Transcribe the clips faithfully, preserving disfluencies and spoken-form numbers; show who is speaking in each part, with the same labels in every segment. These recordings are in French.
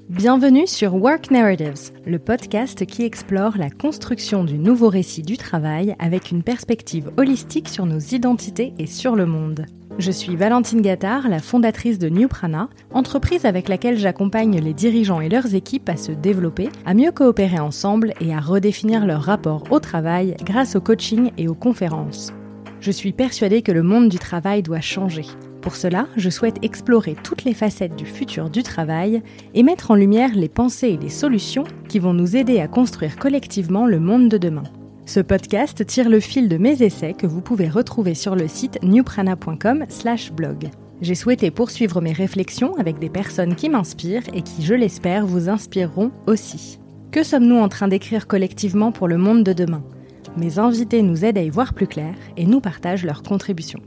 Speaker 1: Bienvenue sur Work Narratives, le podcast qui explore la construction du nouveau récit du travail avec une perspective holistique sur nos identités et sur le monde. Je suis Valentine Gattard, la fondatrice de New Prana, entreprise avec laquelle j'accompagne les dirigeants et leurs équipes à se développer, à mieux coopérer ensemble et à redéfinir leur rapport au travail grâce au coaching et aux conférences. Je suis persuadée que le monde du travail doit changer. Pour cela, je souhaite explorer toutes les facettes du futur du travail et mettre en lumière les pensées et les solutions qui vont nous aider à construire collectivement le monde de demain. Ce podcast tire le fil de mes essais que vous pouvez retrouver sur le site newprana point com slash blog. J'ai souhaité poursuivre mes réflexions avec des personnes qui m'inspirent et qui, je l'espère, vous inspireront aussi. Que sommes-nous en train d'écrire collectivement pour le monde de demain ? Mes invités nous aident à y voir plus clair et nous partagent leurs contributions.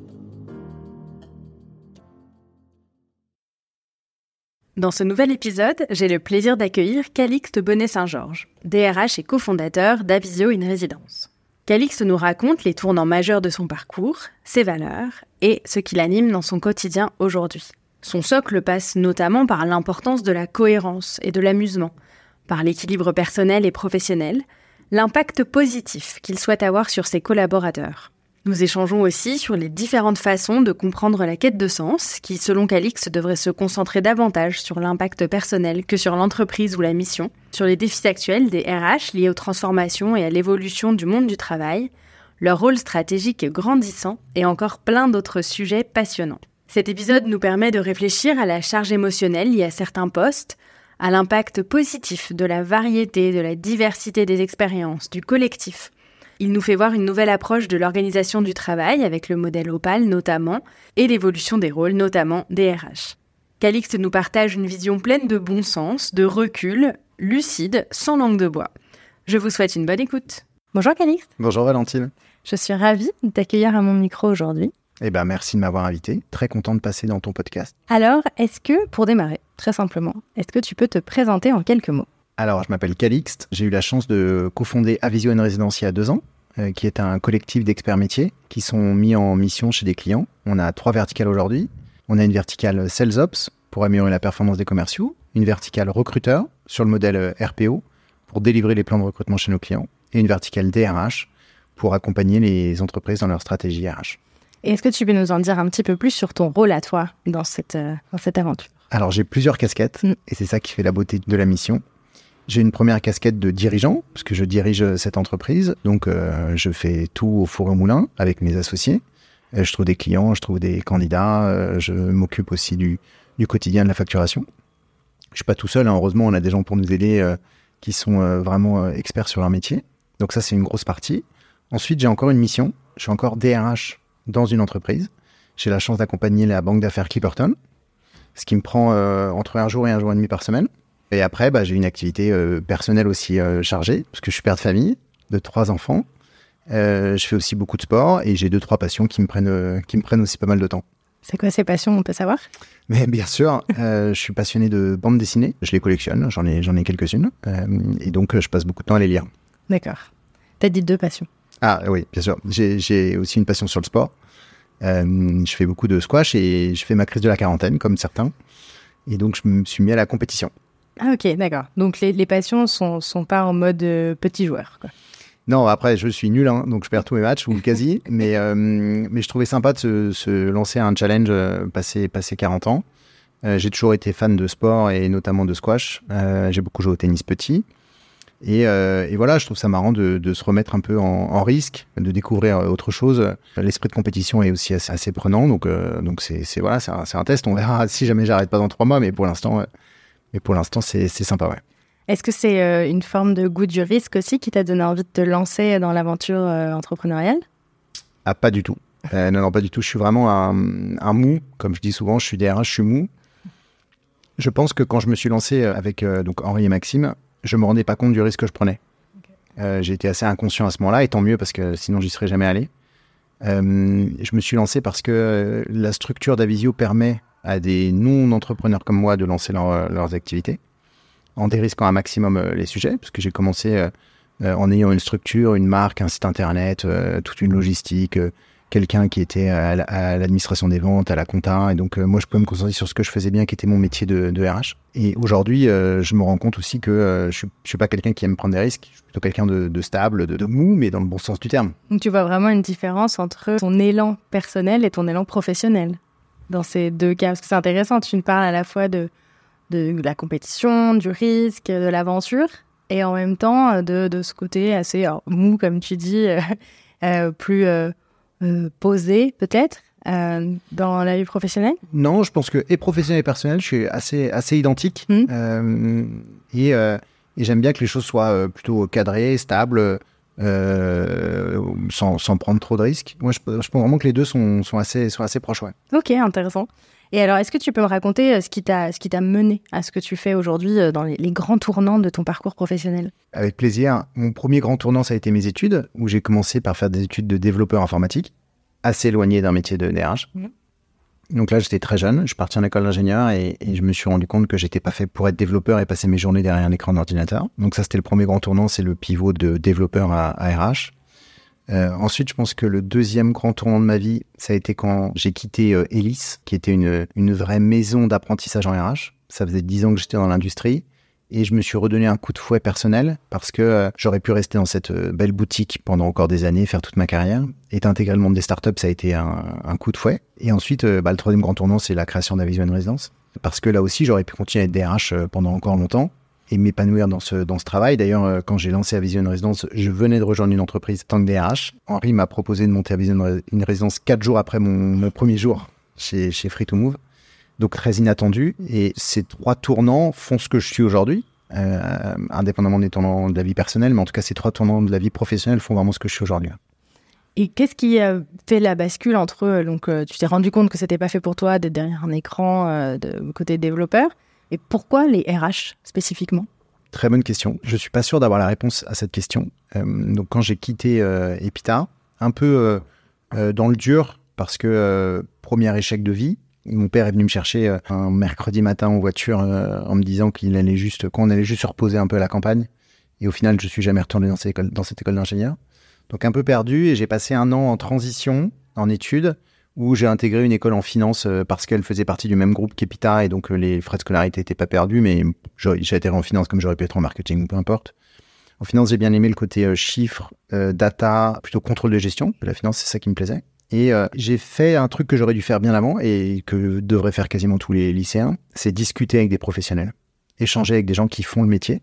Speaker 1: Dans ce nouvel épisode, j'ai le plaisir d'accueillir Calixte Bonnet-Saint-Georges, D R H et cofondateur d'Avisio in Residence. Calixte nous raconte les tournants majeurs de son parcours, ses valeurs et ce qui l'anime dans son quotidien aujourd'hui. Son socle passe notamment par l'importance de la cohérence et de l'amusement, par l'équilibre personnel et professionnel, l'impact positif qu'il souhaite avoir sur ses collaborateurs. Nous échangeons aussi sur les différentes façons de comprendre la quête de sens, qui, selon Calixte, devrait se concentrer davantage sur l'impact personnel que sur l'entreprise ou la mission, sur les défis actuels des R H liés aux transformations et à l'évolution du monde du travail, leur rôle stratégique grandissant et encore plein d'autres sujets passionnants. Cet épisode nous permet de réfléchir à la charge émotionnelle liée à certains postes, à l'impact positif de la variété, de la diversité des expériences, du collectif. Il nous fait voir une nouvelle approche de l'organisation du travail avec le modèle Opal notamment et l'évolution des rôles notamment des R H. Calixte nous partage une vision pleine de bon sens, de recul, lucide, sans langue de bois. Je vous souhaite une bonne écoute. Bonjour Calixte.
Speaker 2: Bonjour Valentine.
Speaker 1: Je suis ravie de t'accueillir à mon micro aujourd'hui.
Speaker 2: Eh ben merci de m'avoir invité. Très content de passer dans ton podcast.
Speaker 1: Alors, est-ce que, pour démarrer, très simplement, est-ce que tu peux te présenter en quelques mots ?
Speaker 2: Alors, je m'appelle Calixte. J'ai eu la chance de cofonder Avisio in Residence il y a deux ans, euh, qui est un collectif d'experts métiers qui sont mis en mission chez des clients. On a trois verticales aujourd'hui. On a une verticale Sales Ops pour améliorer la performance des commerciaux, une verticale recruteur sur le modèle R P O pour délivrer les plans de recrutement chez nos clients et une verticale D R H pour accompagner les entreprises dans leur stratégie R H.
Speaker 1: Et est-ce que tu peux nous en dire un petit peu plus sur ton rôle à toi dans cette, euh, dans cette aventure ?
Speaker 2: Alors, j'ai plusieurs casquettes mmh. et c'est ça qui fait la beauté de la mission. J'ai une première casquette de dirigeant, parce que je dirige cette entreprise. Donc, euh, je fais tout au four et au moulin avec mes associés. Euh, je trouve des clients, je trouve des candidats. Euh, je m'occupe aussi du, du quotidien de la facturation. Je suis pas tout seul, hein. Heureusement, on a des gens pour nous aider euh, qui sont euh, vraiment euh, experts sur leur métier. Donc ça, c'est une grosse partie. Ensuite, j'ai encore une mission. Je suis encore D R H dans une entreprise. J'ai la chance d'accompagner la banque d'affaires Clipperton, ce qui me prend euh, entre un jour et un jour et demi par semaine. Et après, bah, j'ai une activité euh, personnelle aussi euh, chargée, parce que je suis père de famille, de trois enfants. Euh, je fais aussi beaucoup de sport et j'ai deux, trois passions qui me prennent, euh, qui me prennent aussi pas mal de temps.
Speaker 1: C'est quoi ces passions, on peut savoir ?
Speaker 2: Mais bien sûr, euh, je suis passionné de bande dessinée. Je les collectionne, j'en ai, j'en ai quelques-unes. Euh, et donc, je passe beaucoup de temps à les lire.
Speaker 1: D'accord. T'as dit deux passions.
Speaker 2: Ah oui, bien sûr. J'ai, j'ai aussi une passion sur le sport. Euh, je fais beaucoup de squash et je fais ma crise de la quarantaine, comme certains. Et donc, je me suis mis à la compétition.
Speaker 1: Ah ok, d'accord. Donc, les, les passions sont, sont pas en mode euh, petit joueur, quoi.
Speaker 2: Non, après, je suis nul, hein, donc je perds tous mes matchs, ou quasi. mais, euh, mais je trouvais sympa de se, se lancer à un challenge euh, passé, passé quarante ans. Euh, j'ai toujours été fan de sport et notamment de squash. Euh, j'ai beaucoup joué au tennis petit. Et, euh, et voilà, je trouve ça marrant de, de se remettre un peu en, en risque, de découvrir autre chose. L'esprit de compétition est aussi assez, assez prenant, donc euh, donc c'est, c'est voilà, c'est un, c'est un test. On verra si jamais j'arrête pas dans trois mois, mais pour l'instant, euh, mais pour l'instant, c'est, c'est sympa, ouais.
Speaker 1: Est-ce que c'est euh, une forme de goût du risque aussi qui t'a donné envie de te lancer dans l'aventure euh, entrepreneuriale ?
Speaker 2: Ah, pas du tout. Euh, non, non, pas du tout. Je suis vraiment un, un mou, comme je dis souvent. Je suis D R H, je suis mou. Je pense que quand je me suis lancé avec euh, donc Henri et Maxime, je me rendais pas compte du risque que je prenais. Okay. Euh, j'ai été assez inconscient à ce moment-là, et tant mieux parce que sinon j'y serais jamais allé. Euh, je me suis lancé parce que la structure d'Avisio permet à des non-entrepreneurs comme moi de lancer leur, leurs activités en dérisquant un maximum euh, les sujets, parce que j'ai commencé euh, euh, en ayant une structure, une marque, un site internet, euh, toute une logistique, euh, quelqu'un qui était à, à l'administration des ventes, à la compta. Et donc, euh, moi, je pouvais me concentrer sur ce que je faisais bien, qui était mon métier de, de R H. Et aujourd'hui, euh, je me rends compte aussi que euh, je ne suis pas quelqu'un qui aime prendre des risques. Je suis plutôt quelqu'un de, de stable, de, de mou, mais dans le bon sens du terme.
Speaker 1: Donc, tu vois vraiment une différence entre ton élan personnel et ton élan professionnel dans ces deux cas. Parce que c'est intéressant, tu me parles à la fois de, de, de la compétition, du risque, de l'aventure, et en même temps de, de ce côté assez alors, mou, comme tu dis, euh, euh, plus... Euh, Euh, posé peut-être euh, dans la vie professionnelle?
Speaker 2: Non, je pense que et professionnel et personnel, je suis assez assez identique
Speaker 1: mmh.
Speaker 2: euh, et, euh, et j'aime bien que les choses soient euh, plutôt cadrées, stables, euh, sans, sans prendre trop de risques. Moi, je, je pense vraiment que les deux sont sont assez sont assez proches, ouais.
Speaker 1: Ok, intéressant. Et alors, est-ce que tu peux me raconter ce qui t'a ce qui t'a mené à ce que tu fais aujourd'hui dans les, les grands tournants de ton parcours professionnel?
Speaker 2: Avec plaisir. Mon premier grand tournant, ça a été mes études, où j'ai commencé par faire des études de développeur informatique, assez éloigné d'un métier de D R H. Mmh. Donc là, j'étais très jeune, je suis parti en école d'ingénieur et, et je me suis rendu compte que j'étais pas fait pour être développeur et passer mes journées derrière un écran d'ordinateur. Donc ça, c'était le premier grand tournant, c'est le pivot de développeur à, à R H. Euh, ensuite, je pense que le deuxième grand tournant de ma vie, ça a été quand j'ai quitté euh, Elis, qui était une, une vraie maison d'apprentissage en R H. Ça faisait dix ans que j'étais dans l'industrie et je me suis redonné un coup de fouet personnel parce que euh, j'aurais pu rester dans cette euh, belle boutique pendant encore des années, faire toute ma carrière. Et intégrer le monde des startups, ça a été un, un coup de fouet. Et ensuite, euh, bah, le troisième grand tournant, c'est la création d'Aviso Résidence. Parce que là aussi, j'aurais pu continuer à être D R H euh, pendant encore longtemps et m'épanouir dans ce, dans ce travail. D'ailleurs, euh, quand j'ai lancé Aviso Résidence, je venais de rejoindre une entreprise en tant que D R H. Henri m'a proposé de monter Aviso une résidence quatre jours après mon, mon premier jour chez, chez Free to Move. Donc très inattendu. Et ces trois tournants font ce que je suis aujourd'hui, euh, indépendamment des tournants de la vie personnelle. Mais en tout cas, ces trois tournants de la vie professionnelle font vraiment ce que je suis aujourd'hui.
Speaker 1: Et qu'est-ce qui a fait la bascule entre... Donc, euh, tu t'es rendu compte que c'était pas fait pour toi d'être derrière un écran euh, de côté développeur. Et pourquoi les R H spécifiquement?
Speaker 2: Très bonne question. Je ne suis pas sûr d'avoir la réponse à cette question. Euh, donc, quand j'ai quitté euh, Epita, un peu euh, euh, dans le dur, parce que euh, premier échec de vie, mon père est venu me chercher euh, un mercredi matin en voiture euh, en me disant qu'il allait juste, qu'on allait juste se reposer un peu à la campagne. Et au final, je ne suis jamais retourné dans cette école, dans cette école d'ingénieur. Donc, un peu perdu. Et j'ai passé un an en transition, en études, où j'ai intégré une école en finance euh, parce qu'elle faisait partie du même groupe qu'Epita et donc euh, les frais de scolarité n'étaient pas perdus, mais j'ai atterri en finance comme j'aurais pu être en marketing ou peu importe. En finance, j'ai bien aimé le côté euh, chiffres, euh, data, plutôt contrôle de gestion. La finance, c'est ça qui me plaisait. Et euh, j'ai fait un truc que j'aurais dû faire bien avant et que devraient faire quasiment tous les lycéens, c'est discuter avec des professionnels, échanger avec des gens qui font le métier.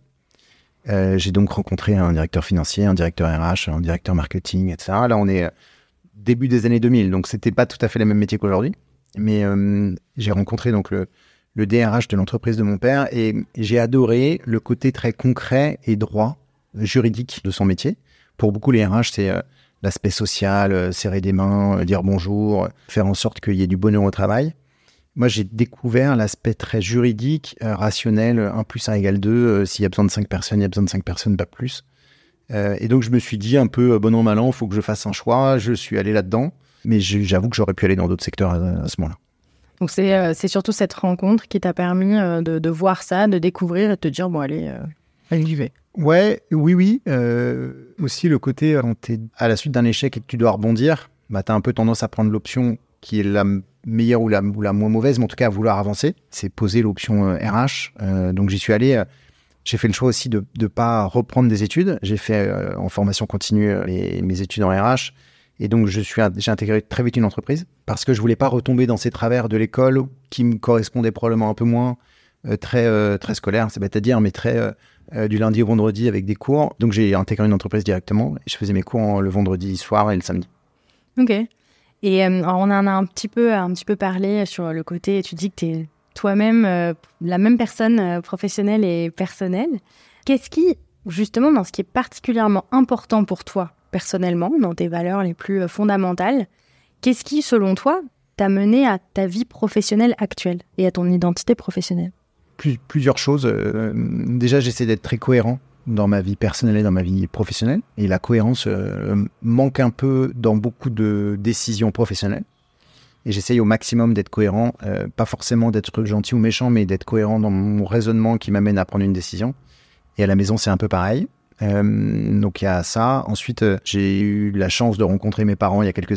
Speaker 2: Euh, j'ai donc rencontré un directeur financier, un directeur R H, un directeur marketing, et cetera. Là, on est... début des années deux mille, donc c'était pas tout à fait les mêmes métiers qu'aujourd'hui. Mais euh, j'ai rencontré donc le, le D R H de l'entreprise de mon père et j'ai adoré le côté très concret et droit, juridique de son métier. Pour beaucoup, les R H, c'est euh, l'aspect social, euh, serrer des mains, euh, dire bonjour, euh, faire en sorte qu'il y ait du bonheur au travail. Moi, j'ai découvert l'aspect très juridique, euh, rationnel, un plus un égale deux. Euh, s'il y a besoin de cinq personnes, il y a besoin de cinq personnes, pas plus. Euh, et donc, je me suis dit un peu, bon an, mal an, il faut que je fasse un choix. Je suis allé là-dedans. Mais j'avoue que j'aurais pu aller dans d'autres secteurs à, à ce moment-là.
Speaker 1: Donc, c'est, euh, c'est surtout cette rencontre qui t'a permis euh, de, de voir ça, de découvrir et de te dire, bon, allez, euh, allez, j'y vais.
Speaker 2: Ouais, oui, oui. Euh, aussi, le côté, quand tu es à la suite d'un échec et que tu dois rebondir, bah, tu as un peu tendance à prendre l'option qui est la meilleure ou la, ou la moins mauvaise, mais en tout cas à vouloir avancer. C'est poser l'option euh, R H. Euh, donc, j'y suis allé... Euh, J'ai fait le choix aussi de ne pas reprendre des études. J'ai fait euh, en formation continue euh, les, mes études en R H. Et donc, je suis, j'ai intégré très vite une entreprise parce que je ne voulais pas retomber dans ces travers de l'école qui me correspondaient probablement un peu moins, euh, très, euh, très scolaire, c'est bête à dire, mais très euh, euh, du lundi au vendredi avec des cours. Donc, j'ai intégré une entreprise directement et je faisais mes cours en, le vendredi soir et le samedi.
Speaker 1: Ok. Et euh, on en a un petit, peu, un petit peu parlé sur le côté, tu dis que tu es toi-même euh, la même personne euh, professionnelle et personnelle. Qu'est-ce qui, justement, dans ce qui est particulièrement important pour toi, personnellement, dans tes valeurs les plus euh, fondamentales, qu'est-ce qui, selon toi, t'a mené à ta vie professionnelle actuelle et à ton identité professionnelle?
Speaker 2: Plus, Plusieurs choses. Euh, déjà, j'essaie d'être très cohérent dans ma vie personnelle et dans ma vie professionnelle. Et la cohérence euh, manque un peu dans beaucoup de décisions professionnelles. Et j'essaye au maximum d'être cohérent, euh, pas forcément d'être gentil ou méchant, mais d'être cohérent dans mon raisonnement qui m'amène à prendre une décision. Et à la maison, c'est un peu pareil. Euh, donc il y a ça. Ensuite, euh, j'ai eu la chance de rencontrer mes parents il y a quelques années,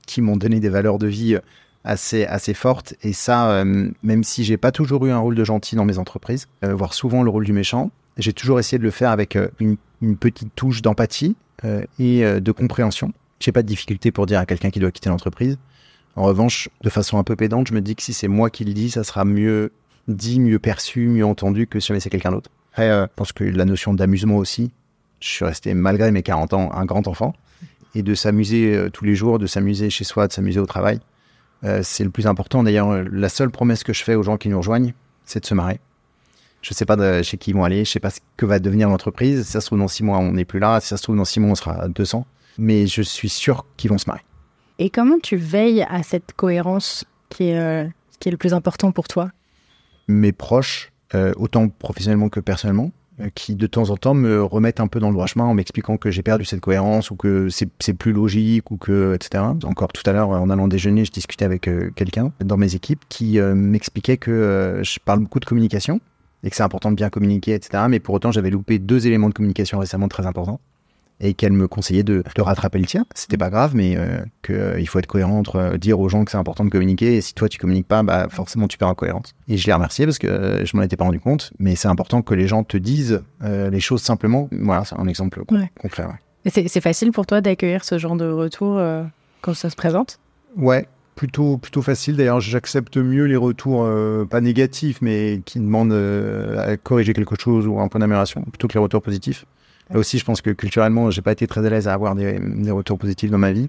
Speaker 2: qui m'ont donné des valeurs de vie assez, assez fortes. Et ça, euh, même si j'ai pas toujours eu un rôle de gentil dans mes entreprises, euh, voire souvent le rôle du méchant, j'ai toujours essayé de le faire avec euh, une, une petite touche d'empathie euh, et euh, de compréhension. J'ai pas de difficulté pour dire à quelqu'un qui doit quitter l'entreprise. En revanche, de façon un peu pédante, je me dis que si c'est moi qui le dis, ça sera mieux dit, mieux perçu, mieux entendu que si jamais c'est quelqu'un d'autre. Après, euh, je pense que la notion d'amusement aussi, je suis resté, malgré mes quarante ans, un grand enfant. Et de s'amuser euh, tous les jours, de s'amuser chez soi, de s'amuser au travail, euh, c'est le plus important. D'ailleurs, euh, la seule promesse que je fais aux gens qui nous rejoignent, c'est de se marrer. Je ne sais pas de, chez qui ils vont aller, je ne sais pas ce que va devenir l'entreprise. Si ça se trouve, dans six mois, on n'est plus là. Si ça se trouve, dans six mois, on sera à deux cents. Mais je suis sûr qu'ils vont se marrer.
Speaker 1: Et comment tu veilles à cette cohérence qui est, euh, qui est le plus important pour toi?
Speaker 2: Mes proches, euh, autant professionnellement que personnellement, euh, qui de temps en temps me remettent un peu dans le droit chemin en m'expliquant que j'ai perdu cette cohérence ou que c'est, c'est plus logique ou que, et cetera. Encore tout à l'heure, en allant déjeuner, je discutais avec euh, quelqu'un dans mes équipes qui euh, m'expliquait que euh, je parle beaucoup de communication et que c'est important de bien communiquer, et cetera. Mais pour autant, j'avais loupé deux éléments de communication récemment très importants. Et qu'elle me conseillait de, de rattraper le tir. C'était pas grave, mais euh, qu'il euh, faut être cohérent entre euh, dire aux gens que c'est important de communiquer, et si toi tu communiques pas, bah forcément tu perds en cohérence. Et je l'ai remercié parce que euh, je m'en étais pas rendu compte, mais c'est important que les gens te disent euh, les choses simplement. Voilà, c'est un exemple con-
Speaker 1: ouais.
Speaker 2: concret. Ouais.
Speaker 1: Et c'est, c'est facile pour toi d'accueillir ce genre de retour euh, quand ça se présente?
Speaker 2: Ouais, plutôt, plutôt facile. D'ailleurs, j'accepte mieux les retours, euh, pas négatifs, mais qui demandent euh, à corriger quelque chose ou un point d'amélioration, plutôt que les retours positifs. Là aussi, je pense que culturellement, j'ai pas été très à l'aise à avoir des, des retours positifs dans ma vie.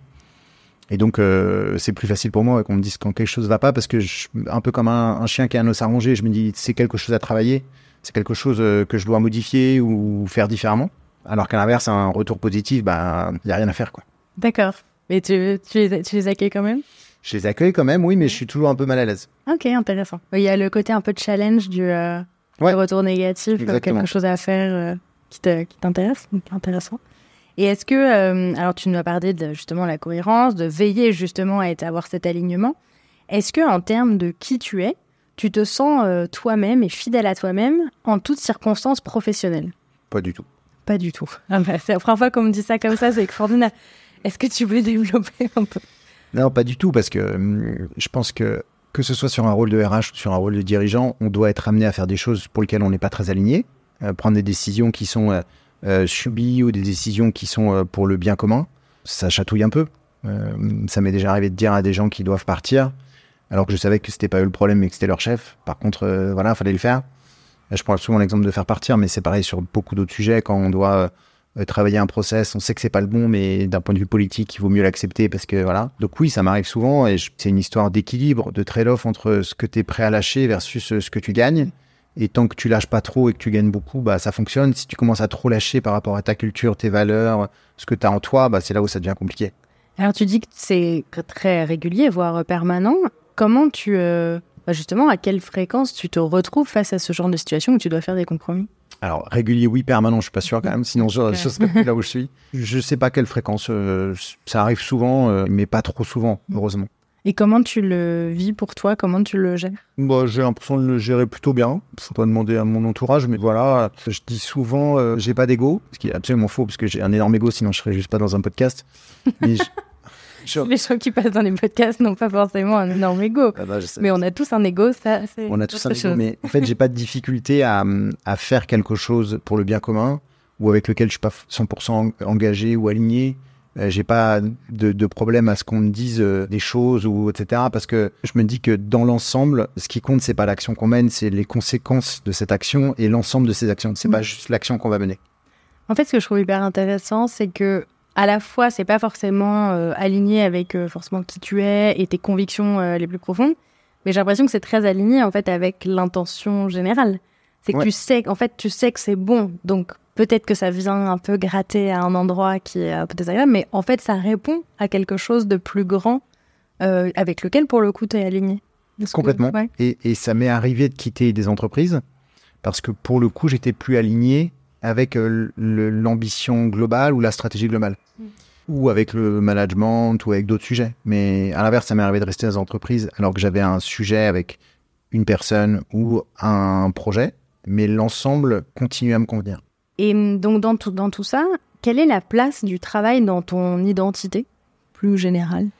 Speaker 2: Et donc, euh, c'est plus facile pour moi qu'on me dise quand quelque chose va pas, parce que je, un peu comme un, un chien qui a un os à ronger, je me dis c'est quelque chose à travailler, c'est quelque chose euh, que je dois modifier ou faire différemment. Alors qu'à l'inverse, un retour positif, bah, y a rien à faire, quoi.
Speaker 1: D'accord. Mais tu, tu, les, tu les accueilles quand même?
Speaker 2: Je les accueille quand même, oui, mais je suis toujours un peu mal à l'aise.
Speaker 1: Ok, intéressant. Il y a le côté un peu challenge du, euh,
Speaker 2: ouais.
Speaker 1: du retour négatif,
Speaker 2: Exactement.
Speaker 1: quelque chose à faire. Euh... Qui, te, qui t'intéresse, donc intéressant. Et est-ce que, euh, alors tu nous as parlé de justement la cohérence, de veiller justement à être, à avoir cet alignement. Est-ce que en termes de qui tu es, tu te sens euh, toi-même et fidèle à toi-même en toutes circonstances professionnelles?
Speaker 2: Pas du tout.
Speaker 1: Pas du tout. Ah bah, c'est la première fois qu'on me dit ça comme ça, c'est extraordinaire. Est-ce que tu voulais développer un peu?
Speaker 2: Non, pas du tout, parce que hum, je pense que que ce soit sur un rôle de R H ou sur un rôle de dirigeant, on doit être amené à faire des choses pour lesquelles on n'est pas très aligné. Euh, prendre des décisions qui sont euh, euh, subies ou des décisions qui sont euh, pour le bien commun, ça chatouille un peu. Euh, ça m'est déjà arrivé de dire à des gens qui doivent partir, alors que je savais que c'était pas eux le problème, mais que c'était leur chef. Par contre, euh, voilà, fallait le faire. Je prends souvent l'exemple de faire partir, mais c'est pareil sur beaucoup d'autres sujets. Quand on doit euh, travailler un process, on sait que c'est pas le bon, mais d'un point de vue politique, il vaut mieux l'accepter parce que voilà. Donc oui, ça m'arrive souvent et je, c'est une histoire d'équilibre, de trade-off entre ce que tu es prêt à lâcher versus ce que tu gagnes. Et tant que tu lâches pas trop et que tu gagnes beaucoup, bah, ça fonctionne. Si tu commences à trop lâcher par rapport à ta culture, tes valeurs, ce que tu as en toi, bah, c'est là où ça devient compliqué.
Speaker 1: Alors, tu dis que c'est très régulier, voire permanent. Comment tu... Euh, bah justement, à quelle fréquence tu te retrouves face à ce genre de situation où tu dois faire des compromis?
Speaker 2: Alors, régulier, oui, permanent, je suis pas sûr quand même. Sinon, je, je serais plus là où je suis. Je sais pas quelle fréquence. Euh, ça arrive souvent, euh, mais pas trop souvent, heureusement.
Speaker 1: Et comment tu le vis pour toi? Comment tu le gères?
Speaker 2: Bah, j'ai l'impression de le gérer plutôt bien. Faut pas demander à mon entourage, mais voilà, je dis souvent, euh, j'ai pas d'ego, ce qui est absolument faux, parce que j'ai un énorme ego, sinon je serais juste pas dans un podcast. Mais je... je...
Speaker 1: Les gens qui passent dans les podcasts n'ont pas forcément un énorme ego.
Speaker 2: Ah bah, je sais.
Speaker 1: Mais on a tous un ego, ça, c'est
Speaker 2: On a tous un ego,
Speaker 1: chose.
Speaker 2: mais en fait, j'ai pas de difficulté à, à faire quelque chose pour le bien commun, ou avec lequel je suis pas cent pour cent engagé ou aligné. Euh, j'ai pas de, de problème à ce qu'on me dise euh, des choses ou et cetera. Parce que je me dis que dans l'ensemble, ce qui compte, c'est pas l'action qu'on mène, c'est les conséquences de cette action et l'ensemble de ces actions. C'est mmh. pas juste l'action qu'on va mener.
Speaker 1: En fait, ce que je trouve hyper intéressant, c'est que à la fois, c'est pas forcément euh, aligné avec euh, forcément qui tu es et tes convictions euh, les plus profondes, mais j'ai l'impression que c'est très aligné en fait avec l'intention générale. C'est que ouais. tu sais, en fait, tu sais que c'est bon, donc peut-être que ça vient un peu gratter à un endroit qui est un peu désagréable, mais en fait, ça répond à quelque chose de plus grand euh, avec lequel, pour le coup, tu es aligné.
Speaker 2: Complètement.
Speaker 1: Que, ouais.
Speaker 2: et, et ça m'est arrivé de quitter des entreprises parce que, pour le coup, j'étais plus aligné avec euh, le, l'ambition globale ou la stratégie globale, mmh. ou avec le management ou avec d'autres sujets. Mais à l'inverse, ça m'est arrivé de rester dans des entreprises alors que j'avais un sujet avec une personne ou un projet, mais l'ensemble continue à me convenir.
Speaker 1: Et donc, dans tout, dans tout ça, quelle est la place du travail dans ton identité, plus générale?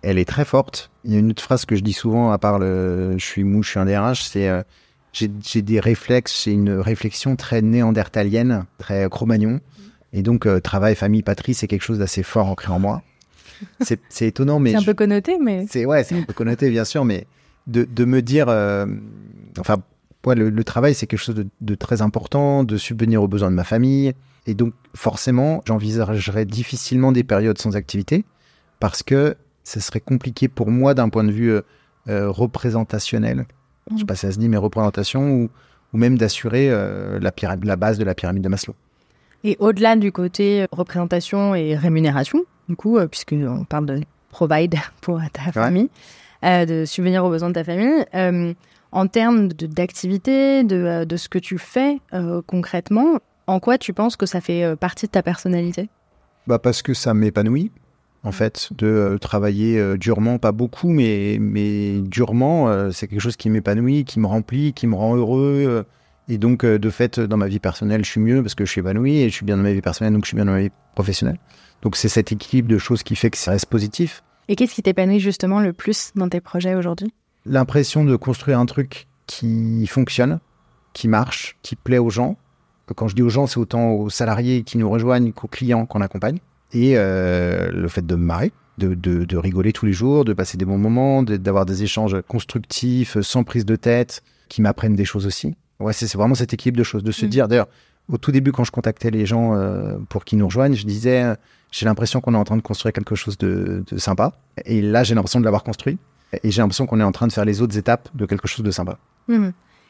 Speaker 2: elle est très forte. Il y a une autre phrase que je dis souvent, à part le « je suis mou, je suis un D R H », c'est euh, j'ai, j'ai des réflexes, j'ai une réflexion très néandertalienne, très Cro-Magnon. Et donc, euh, travail, famille, patrie, c'est quelque chose d'assez fort ancré en moi. C'est, c'est étonnant, mais...
Speaker 1: C'est un
Speaker 2: je...
Speaker 1: peu connoté, mais...
Speaker 2: C'est, ouais, c'est un peu connoté, bien sûr, mais de, de me dire... Euh, enfin, ouais, le, le travail, c'est quelque chose de, de très important, de subvenir aux besoins de ma famille. Et donc, forcément, j'envisagerais difficilement des périodes sans activité parce que ce serait compliqué pour moi d'un point de vue euh, euh, représentationnel. Mmh. Je ne sais pas si ça se dit, mais représentation, ou, ou même d'assurer euh, la, pyramide, la base de la pyramide de Maslow.
Speaker 1: Et au-delà du côté représentation et rémunération, du coup, euh, puisqu'on parle de provide pour ta famille, ouais. euh, de subvenir aux besoins de ta famille, euh, en termes de, d'activité, de, de ce que tu fais euh, concrètement, en quoi tu penses que ça fait partie de ta personnalité ?
Speaker 2: Bah parce que ça m'épanouit, en fait, de euh, travailler euh, durement, pas beaucoup, mais, mais durement, euh, c'est quelque chose qui m'épanouit, qui me remplit, qui me rend heureux. Euh, et donc, euh, de fait, dans ma vie personnelle, je suis mieux parce que je suis épanoui et je suis bien dans ma vie personnelle, donc je suis bien dans ma vie professionnelle. Donc, c'est cet équilibre de choses qui fait que ça reste positif.
Speaker 1: Et qu'est-ce qui t'épanouit justement le plus dans tes projets aujourd'hui ?
Speaker 2: L'impression de construire un truc qui fonctionne, qui marche, qui plaît aux gens. Quand je dis aux gens, c'est autant aux salariés qui nous rejoignent qu'aux clients qu'on accompagne. Et euh, le fait de me marrer, de, de, de rigoler tous les jours, de passer des bons moments, de, d'avoir des échanges constructifs, sans prise de tête, qui m'apprennent des choses aussi. Ouais, c'est, c'est vraiment cet équilibre de choses, de se mmh. dire... D'ailleurs, au tout début, quand je contactais les gens euh, pour qu'ils nous rejoignent, je disais euh, « j'ai l'impression qu'on est en train de construire quelque chose de, de sympa ». Et là, j'ai l'impression de l'avoir construit. Et j'ai l'impression qu'on est en train de faire les autres étapes de quelque chose de sympa.
Speaker 1: Mmh.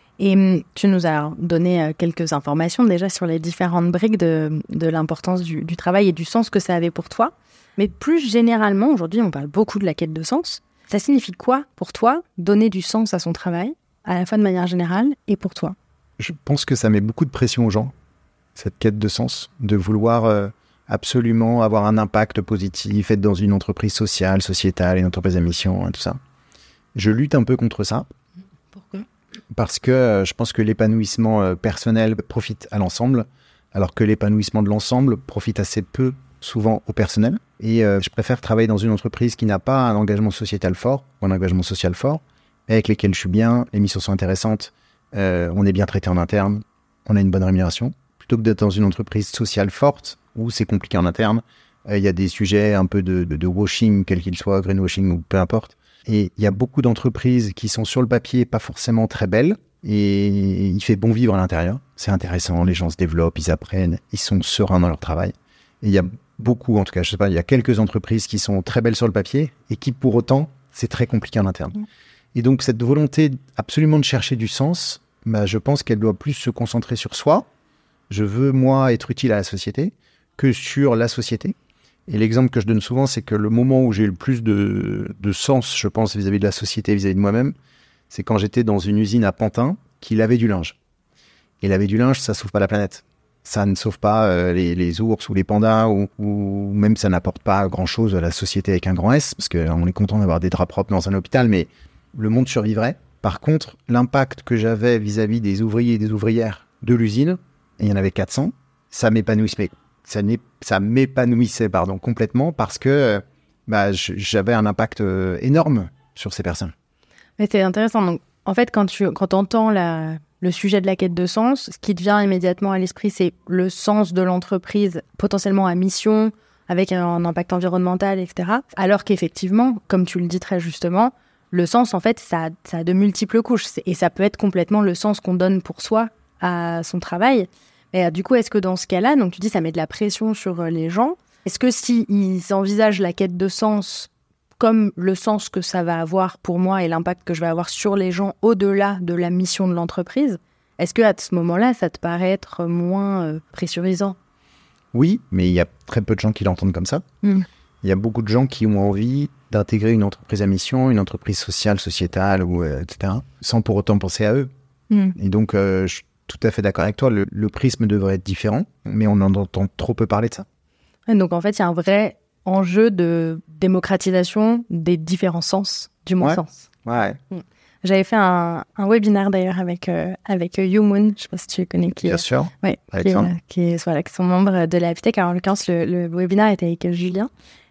Speaker 1: Et tu nous as donné quelques informations déjà sur les différentes briques de, de l'importance du, du travail et du sens que ça avait pour toi. Mais plus généralement, aujourd'hui, on parle beaucoup de la quête de sens. Ça signifie quoi pour toi, donner du sens à son travail, à la fois de manière générale et pour toi ?
Speaker 2: Je pense que ça met beaucoup de pression aux gens, cette quête de sens, de vouloir euh, absolument avoir un impact positif, être dans une entreprise sociale, sociétale, une entreprise à mission, et tout ça. Je lutte un peu contre ça.
Speaker 1: Pourquoi ?
Speaker 2: Parce que euh, je pense que l'épanouissement euh, personnel profite à l'ensemble, alors que l'épanouissement de l'ensemble profite assez peu, souvent, au personnel. Et euh, je préfère travailler dans une entreprise qui n'a pas un engagement sociétal fort, ou un engagement social fort, mais avec lesquels je suis bien, les missions sont intéressantes, euh, on est bien traité en interne, on a une bonne rémunération, plutôt que d'être dans une entreprise sociale forte, où c'est compliqué en interne. Il euh, y a des sujets un peu de, de, de washing, quel qu'il soit, greenwashing ou peu importe. Et il y a beaucoup d'entreprises qui sont sur le papier pas forcément très belles et il fait bon vivre à l'intérieur. C'est intéressant, les gens se développent, ils apprennent, ils sont sereins dans leur travail. Et il y a beaucoup, en tout cas, je sais pas, il y a quelques entreprises qui sont très belles sur le papier et qui pour autant, c'est très compliqué en interne. Mmh. Et donc cette volonté absolument de chercher du sens, bah, je pense qu'elle doit plus se concentrer sur soi. Je veux, moi, être utile à la société que sur la société. Et l'exemple que je donne souvent, c'est que le moment où j'ai eu le plus de, de sens, je pense, vis-à-vis de la société, vis-à-vis de moi-même, c'est quand j'étais dans une usine à Pantin qui lavait du linge. Et laver du linge, ça ne sauve pas la planète. Ça ne sauve pas euh, les, les ours ou les pandas, ou, ou même ça n'apporte pas grand-chose à la société avec un grand S, parce qu'on est content d'avoir des draps propres dans un hôpital, mais le monde survivrait. Par contre, l'impact que j'avais vis-à-vis des ouvriers et des ouvrières de l'usine, et il y en avait quatre cents, ça m'épanouissait. Ça, ça m'épanouissait pardon, complètement parce que bah, j'avais un impact euh, énorme sur ces personnes.
Speaker 1: Mais c'est intéressant. Donc, en fait, quand tu quand entends la, le sujet de la quête de sens, ce qui te vient immédiatement à l'esprit, c'est le sens de l'entreprise, potentiellement à mission, avec un, un impact environnemental, et cetera. Alors qu'effectivement, comme tu le dis très justement, le sens, en fait, ça, ça a de multiples couches. Et ça peut être complètement le sens qu'on donne pour soi à son travail. Et du coup, est-ce que dans ce cas-là, donc tu dis ça met de la pression sur les gens, est-ce que s'ils envisagent la quête de sens comme le sens que ça va avoir pour moi et l'impact que je vais avoir sur les gens au-delà de la mission de l'entreprise, est-ce qu'à ce moment-là, ça te paraît être moins euh, pressurisant ?
Speaker 2: Oui, mais il y a très peu de gens qui l'entendent comme ça. Mm. Il y a beaucoup de gens qui ont envie d'intégrer une entreprise à mission, une entreprise sociale, sociétale, ou, euh, et cetera, sans pour autant penser à eux. Mm. Et donc, euh, je tout à fait d'accord avec toi, le, le prisme devrait être différent, mais on en entend trop peu parler de ça.
Speaker 1: Et donc en fait, il y a un vrai enjeu de démocratisation des différents sens, du bon
Speaker 2: ouais.
Speaker 1: sens.
Speaker 2: Ouais.
Speaker 1: J'avais fait un, un webinaire d'ailleurs avec, euh, avec YouMoon, je ne sais pas si tu connais qui.
Speaker 2: Bien sûr.
Speaker 1: Ouais, qui, euh, qui, voilà, qui sont membres de la Apitech. Alors en l'occurrence, le, le webinaire était avec Julien.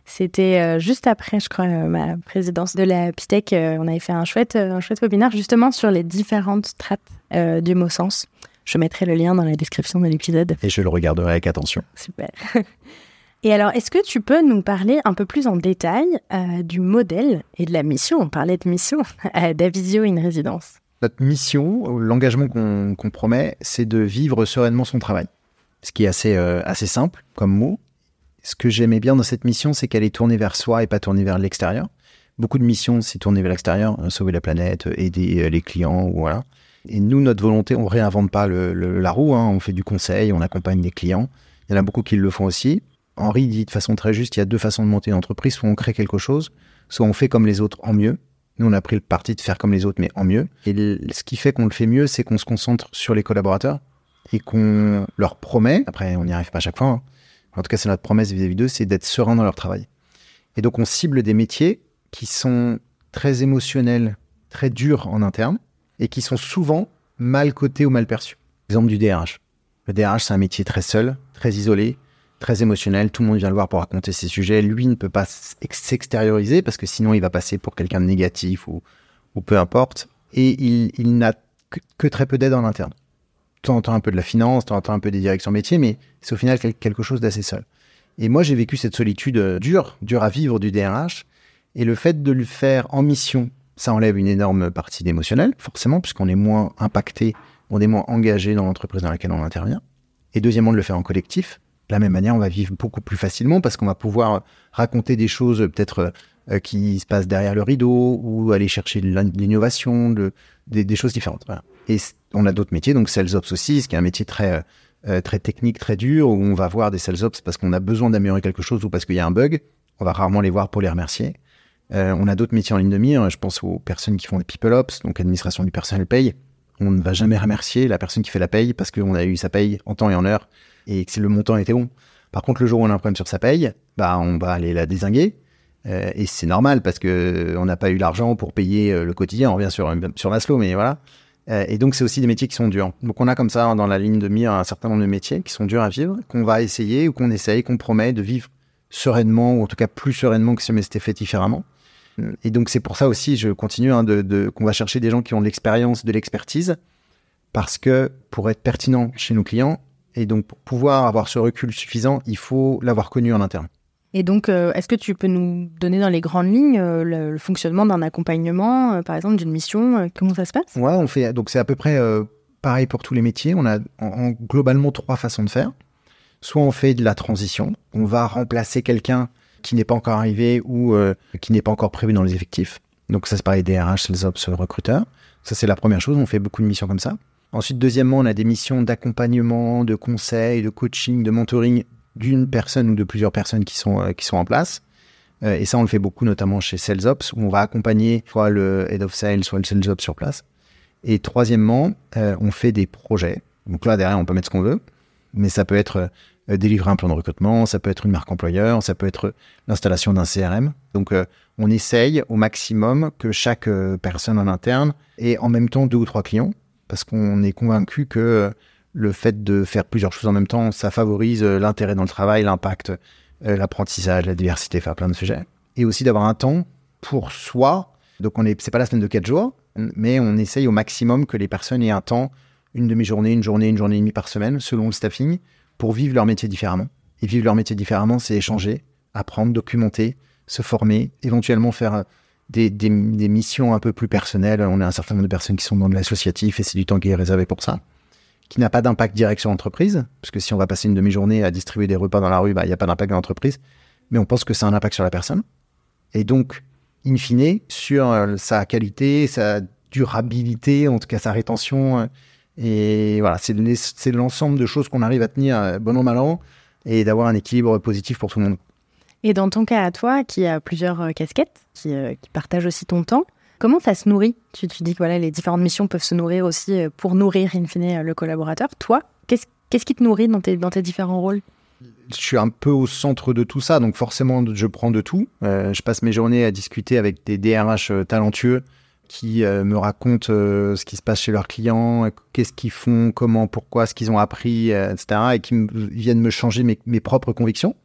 Speaker 1: C'était euh, juste après, je crois, euh, ma présidence de la Pitech. Euh, on avait fait un chouette, euh, un chouette webinaire justement sur les différentes strates euh, du mot sens. Je mettrai le lien dans la description de l'épisode.
Speaker 2: Et je le regarderai avec attention.
Speaker 1: Super. Et alors, est-ce que tu peux nous parler un peu plus en détail euh, du modèle et de la mission, on parlait de mission, euh, d'Avisio in Residence?
Speaker 2: Notre mission, l'engagement qu'on, qu'on promet, c'est de vivre sereinement son travail. Ce qui est assez, euh, assez simple comme mot. Ce que j'aimais bien dans cette mission, c'est qu'elle est tournée vers soi et pas tournée vers l'extérieur. Beaucoup de missions, c'est tourner vers l'extérieur, euh, sauver la planète, aider euh, les clients, voilà. Et nous, notre volonté, on réinvente pas le, le, la roue, hein. On fait du conseil, on accompagne les clients. Il y en a beaucoup qui le font aussi. Henri dit de façon très juste, il y a deux façons de monter une entreprise. Soit on crée quelque chose, soit on fait comme les autres en mieux. Nous, on a pris le parti de faire comme les autres, mais en mieux. Et le, ce qui fait qu'on le fait mieux, c'est qu'on se concentre sur les collaborateurs et qu'on leur promet, après on n'y arrive pas à chaque fois, hein. En tout cas c'est notre promesse vis-à-vis d'eux, c'est d'être serein dans leur travail. Et donc on cible des métiers qui sont très émotionnels, très durs en interne, et qui sont souvent mal cotés ou mal perçus. Exemple du D R H. Le D R H, c'est un métier très seul, très isolé, très émotionnel. Tout le monde vient le voir pour raconter ses sujets. Lui ne peut pas s'extérioriser parce que sinon il va passer pour quelqu'un de négatif ou, ou peu importe. Et il, il n'a que, que très peu d'aide en interne. Tu entends un peu de la finance, tu entends un peu des directions métiers, mais c'est au final quelque chose d'assez seul. Et moi, j'ai vécu cette solitude dure, dure à vivre du D R H. Et le fait de le faire en mission, ça enlève une énorme partie d'émotionnel, forcément, puisqu'on est moins impacté, on est moins engagé dans l'entreprise dans laquelle on intervient. Et deuxièmement, de le faire en collectif. De la même manière, on va vivre beaucoup plus facilement parce qu'on va pouvoir raconter des choses peut-être euh, qui se passent derrière le rideau ou aller chercher de l'innovation, de, des, des choses différentes. Voilà. Et on a d'autres métiers, donc Sales Ops aussi, ce qui est un métier très, euh, très technique, très dur, où on va voir des Sales Ops parce qu'on a besoin d'améliorer quelque chose ou parce qu'il y a un bug. On va rarement les voir pour les remercier. Euh, on a d'autres métiers en ligne de mire. Je pense aux personnes qui font des People Ops, donc administration du personnel paye. On ne va jamais remercier la personne qui fait la paye parce qu'on a eu sa paye en temps et en heure et que le montant était bon. Par contre, le jour où on a un problème sur sa paye, bah, on va aller la dézinguer. Euh, et c'est normal parce que on n'a pas eu l'argent pour payer euh, le quotidien. On revient sur, sur Maslow, mais voilà. Euh, et donc, c'est aussi des métiers qui sont durs. Donc, on a comme ça, dans la ligne de mire, un certain nombre de métiers qui sont durs à vivre, qu'on va essayer ou qu'on essaye, qu'on promet de vivre sereinement, ou en tout cas plus sereinement que si on s'était fait différemment. Et donc, c'est pour ça aussi, je continue, hein, de, de, qu'on va chercher des gens qui ont de l'expérience, de l'expertise, parce que pour être pertinent chez nos clients, et donc pour pouvoir avoir ce recul suffisant, il faut l'avoir connu en interne.
Speaker 1: Et donc, euh, est-ce que tu peux nous donner dans les grandes lignes euh, le, le fonctionnement d'un accompagnement, euh, par exemple d'une mission, euh, comment ça se passe?
Speaker 2: Ouais, on fait, donc c'est à peu près euh, pareil pour tous les métiers. On a en, en, globalement trois façons de faire. Soit on fait de la transition, on va remplacer quelqu'un qui n'est pas encore arrivé ou euh, qui n'est pas encore prévu dans les effectifs. Donc ça c'est pareil, D R H, Sales Ops, recruteur. Ça c'est la première chose, on fait beaucoup de missions comme ça. Ensuite, deuxièmement, on a des missions d'accompagnement, de conseil, de coaching, de mentoring d'une personne ou de plusieurs personnes qui sont, euh, qui sont en place. Euh, et ça, on le fait beaucoup, notamment chez Sales Ops, où on va accompagner soit le Head of Sales, soit le Sales Ops sur place. Et troisièmement, euh, on fait des projets. Donc là, derrière, on peut mettre ce qu'on veut, mais ça peut être euh, délivrer un plan de recrutement, ça peut être une marque employeur, ça peut être l'installation d'un C R M. Donc, euh, on essaye au maximum que chaque euh, personne en interne ait en même temps deux ou trois clients, parce qu'on est convaincu que euh, le fait de faire plusieurs choses en même temps, ça favorise euh, l'intérêt dans le travail, l'impact, euh, l'apprentissage, la diversité, faire plein de sujets. Et aussi d'avoir un temps pour soi. Donc, on est, c'est pas la semaine de quatre jours, mais on essaye au maximum que les personnes aient un temps, une demi-journée, une journée, une journée et demie par semaine, selon le staffing, pour vivre leur métier différemment. Et vivre leur métier différemment, c'est échanger, apprendre, documenter, se former, éventuellement faire des, des, des missions un peu plus personnelles. On a un certain nombre de personnes qui sont dans de l'associatif et c'est du temps qui est réservé pour ça, qui n'a pas d'impact direct sur l'entreprise, parce que si on va passer une demi-journée à distribuer des repas dans la rue, bah, il n'y a pas d'impact dans l'entreprise, mais on pense que c'est un impact sur la personne. Et donc, in fine, sur euh, sa qualité, sa durabilité, en tout cas sa rétention. Euh, et voilà, c'est, les, c'est l'ensemble de choses qu'on arrive à tenir euh, bon an, mal an, et d'avoir un équilibre positif pour tout le monde.
Speaker 1: Et dans ton cas à toi, qui a plusieurs euh, casquettes, qui, euh, qui partagent aussi ton temps, comment ça se nourrit? tu, tu dis que voilà, les différentes missions peuvent se nourrir aussi euh, pour nourrir, in fine, le collaborateur. Toi, qu'est-ce, qu'est-ce qui te nourrit dans tes, dans tes différents rôles?
Speaker 2: Je suis un peu au centre de tout ça, donc forcément, je prends de tout. Euh, je passe mes journées à discuter avec des D R H talentueux qui euh, me racontent euh, ce qui se passe chez leurs clients, qu'est-ce qu'ils font, comment, pourquoi, ce qu'ils ont appris, euh, et cetera, et qui me, viennent me changer mes, mes propres convictions.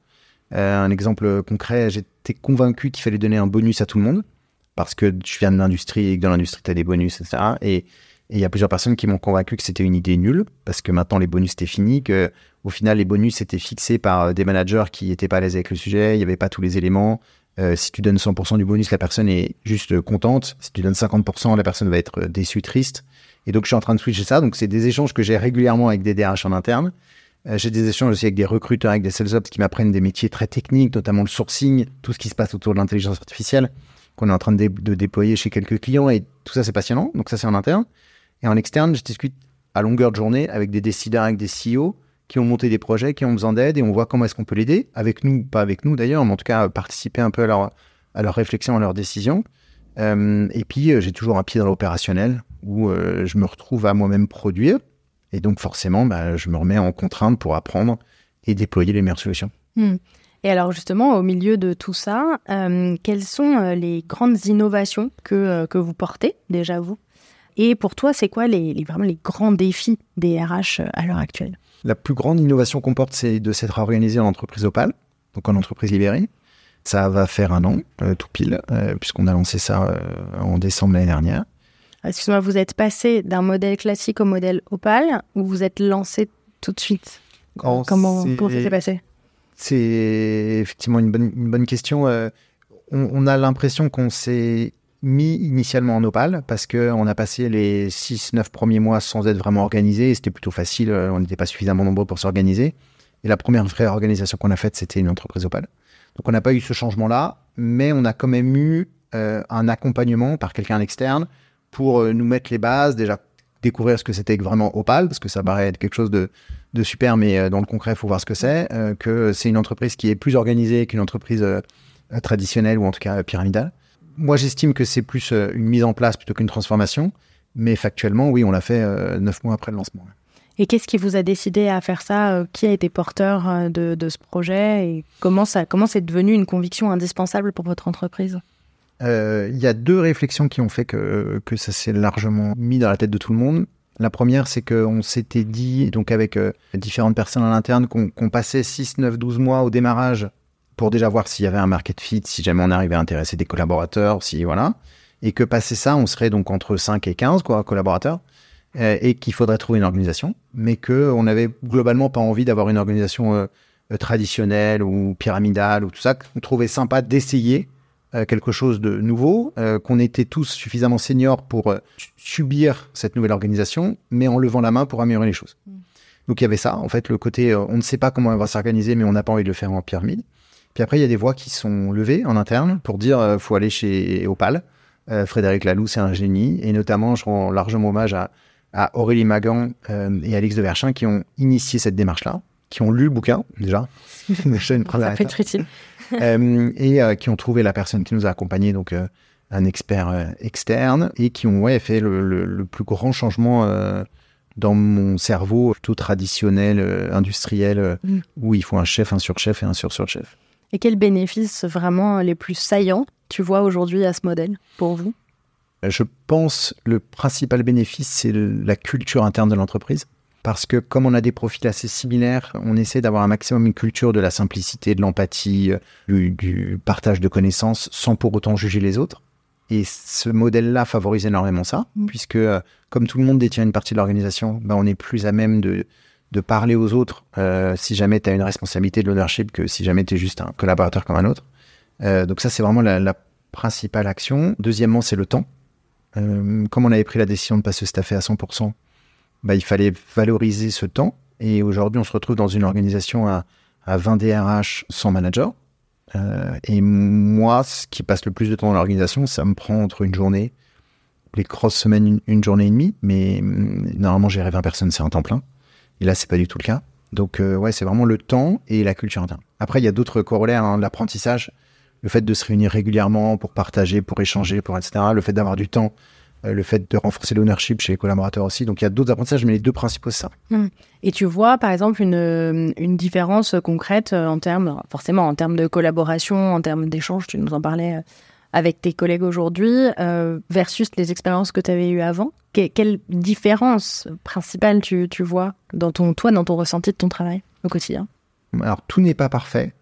Speaker 2: Euh, un exemple concret, j'étais convaincu qu'il fallait donner un bonus à tout le monde parce que je viens de l'industrie et que dans l'industrie, tu as des bonus, et cetera. Et il y a plusieurs personnes qui m'ont convaincu que c'était une idée nulle parce que maintenant, les bonus, c'était fini, que au final, les bonus étaient fixés par des managers qui n'étaient pas à l'aise avec le sujet, il n'y avait pas tous les éléments. Euh, si tu donnes cent pour cent du bonus, la personne est juste contente. Si tu donnes cinquante pour cent, la personne va être déçue, triste. Et donc, je suis en train de switcher ça. Donc, c'est des échanges que j'ai régulièrement avec des D R H en interne. Euh, j'ai des échanges aussi avec des recruteurs, avec des sales ops qui m'apprennent des métiers très techniques, notamment le sourcing, tout ce qui se passe autour de l'intelligence artificielle qu'on est en train de, dé- de déployer chez quelques clients. Et tout ça, c'est passionnant. Donc, ça, c'est en interne. Et en externe, je discute à longueur de journée avec des décideurs, avec des C E O qui ont monté des projets, qui ont besoin d'aide et on voit comment est-ce qu'on peut l'aider, avec nous, pas avec nous d'ailleurs, mais en tout cas participer un peu à leur, à leur réflexion, à leurs décisions. Euh, et puis, euh, j'ai toujours un pied dans l'opérationnel où euh, je me retrouve à moi-même produire. Et donc, forcément, bah, je me remets en contrainte pour apprendre et déployer les meilleures solutions.
Speaker 1: Mmh. Et alors, justement, au milieu de tout ça, euh, quelles sont euh, les grandes innovations que, euh, que vous portez, déjà vous ? Et pour toi, c'est quoi les, les, vraiment les grands défis des R H à l'heure actuelle ?
Speaker 2: La plus grande innovation qu'on porte, c'est de s'être organisé en entreprise Opale, donc en entreprise libérée. Ça va faire un an, euh, tout pile, euh, puisqu'on a lancé ça euh, en décembre l'année dernière.
Speaker 1: Excuse-moi, vous êtes passé d'un modèle classique au modèle Opale ou vous êtes lancé tout de suite ?
Speaker 2: Oh,
Speaker 1: comment,
Speaker 2: c'est...
Speaker 1: comment ça s'est passé ?
Speaker 2: C'est effectivement une bonne, une bonne question. Euh, on, on a l'impression qu'on s'est mis initialement en Opale parce qu'on a passé les six neuf premiers mois sans être vraiment organisé et c'était plutôt facile, on n'était pas suffisamment nombreux pour s'organiser. Et la première vraie organisation qu'on a faite, c'était une entreprise Opale. Donc on n'a pas eu ce changement-là, mais on a quand même eu euh, un accompagnement par quelqu'un d'externe pour euh, nous mettre les bases, déjà découvrir ce que c'était vraiment Opale, parce que ça paraît être quelque chose de, de super, mais euh, dans le concret, il faut voir ce que c'est, euh, que c'est une entreprise qui est plus organisée qu'une entreprise euh, traditionnelle ou en tout cas euh, pyramidale. Moi, j'estime que c'est plus euh, une mise en place plutôt qu'une transformation, mais factuellement, oui, on l'a fait euh, neuf mois après le lancement.
Speaker 1: Et qu'est-ce qui vous a décidé à faire ça ? Qui a été porteur de, de ce projet ? Et comment, ça, comment c'est devenu une conviction indispensable pour votre entreprise ?
Speaker 2: Il euh, y a deux réflexions qui ont fait que, que ça s'est largement mis dans la tête de tout le monde. La première, c'est qu'on s'était dit, donc avec euh, différentes personnes à l'interne, qu'on, qu'on passait six, neuf, douze mois au démarrage pour déjà voir s'il y avait un market fit, si jamais on arrivait à intéresser des collaborateurs, si voilà. Et que passé ça, on serait donc entre cinq et quinze quoi, collaborateurs. Et qu'il faudrait trouver une organisation, mais qu'on n'avait globalement pas envie d'avoir une organisation euh, traditionnelle ou pyramidale ou tout ça, qu'on trouvait sympa d'essayer euh, quelque chose de nouveau, euh, qu'on était tous suffisamment seniors pour euh, subir cette nouvelle organisation, mais en levant la main pour améliorer les choses. Mmh. Donc il y avait ça, en fait, le côté euh, on ne sait pas comment on va s'organiser, mais on n'a pas envie de le faire en pyramide. Puis après, il y a des voix qui sont levées en interne pour dire euh, faut aller chez Opale. Euh, Frédéric Laloux, c'est un génie, et notamment, je rends largement hommage à à Aurélie Magan euh, et Alix de Verschin qui ont initié cette démarche-là, qui ont lu le bouquin, déjà. déjà une première
Speaker 1: Ça fait très utile.
Speaker 2: euh, et euh, qui ont trouvé la personne qui nous a accompagnés, donc euh, un expert euh, externe, et qui ont ouais, fait le, le, le plus grand changement euh, dans mon cerveau, plutôt traditionnel, euh, industriel, euh, mm. où il faut un chef, un surchef et un sur-surchef.
Speaker 1: Et quels bénéfices vraiment les plus saillants tu vois aujourd'hui à ce modèle, pour vous ?
Speaker 2: Je pense que le principal bénéfice, c'est le, la culture interne de l'entreprise. Parce que comme on a des profils assez similaires, on essaie d'avoir un maximum une culture de la simplicité, de l'empathie, du, du partage de connaissances, sans pour autant juger les autres. Et ce modèle-là favorise énormément ça, mmh. puisque euh, comme tout le monde détient une partie de l'organisation, ben, on est plus à même de, de parler aux autres euh, si jamais tu as une responsabilité de l'ownership que si jamais tu es juste un collaborateur comme un autre. Euh, donc ça, c'est vraiment la, la principale action. Deuxièmement, c'est le temps. Euh, comme on avait pris la décision de ne pas se staffer à cent pour cent, bah, il fallait valoriser ce temps. Et aujourd'hui, on se retrouve dans une organisation à, à vingt D R H sans manager. Euh, et moi, ce qui passe le plus de temps dans l'organisation, ça me prend entre une journée, les grosses semaines, une, une journée et demie. Mais hum, normalement, gérer vingt personnes, c'est un temps plein. Et là, c'est pas du tout le cas. Donc, euh, ouais, c'est vraiment le temps et la culture interne. Après, il y a d'autres corollaires, hein, l'apprentissage. Le fait de se réunir régulièrement pour partager, pour échanger, pour et cetera. Le fait d'avoir du temps, euh, le fait de renforcer l'ownership chez les collaborateurs aussi. Donc, il y a d'autres apprentissages, mais les deux principaux, c'est ça.
Speaker 1: Mmh. Et tu vois, par exemple, une, une différence concrète en termes, forcément, en termes de collaboration, en termes d'échange, tu nous en parlais avec tes collègues aujourd'hui, euh, versus les expériences que tu avais eues avant. Que, quelle différence principale tu, tu vois dans ton, toi, dans ton ressenti de ton travail au quotidien ?
Speaker 2: Alors, tout n'est pas parfait.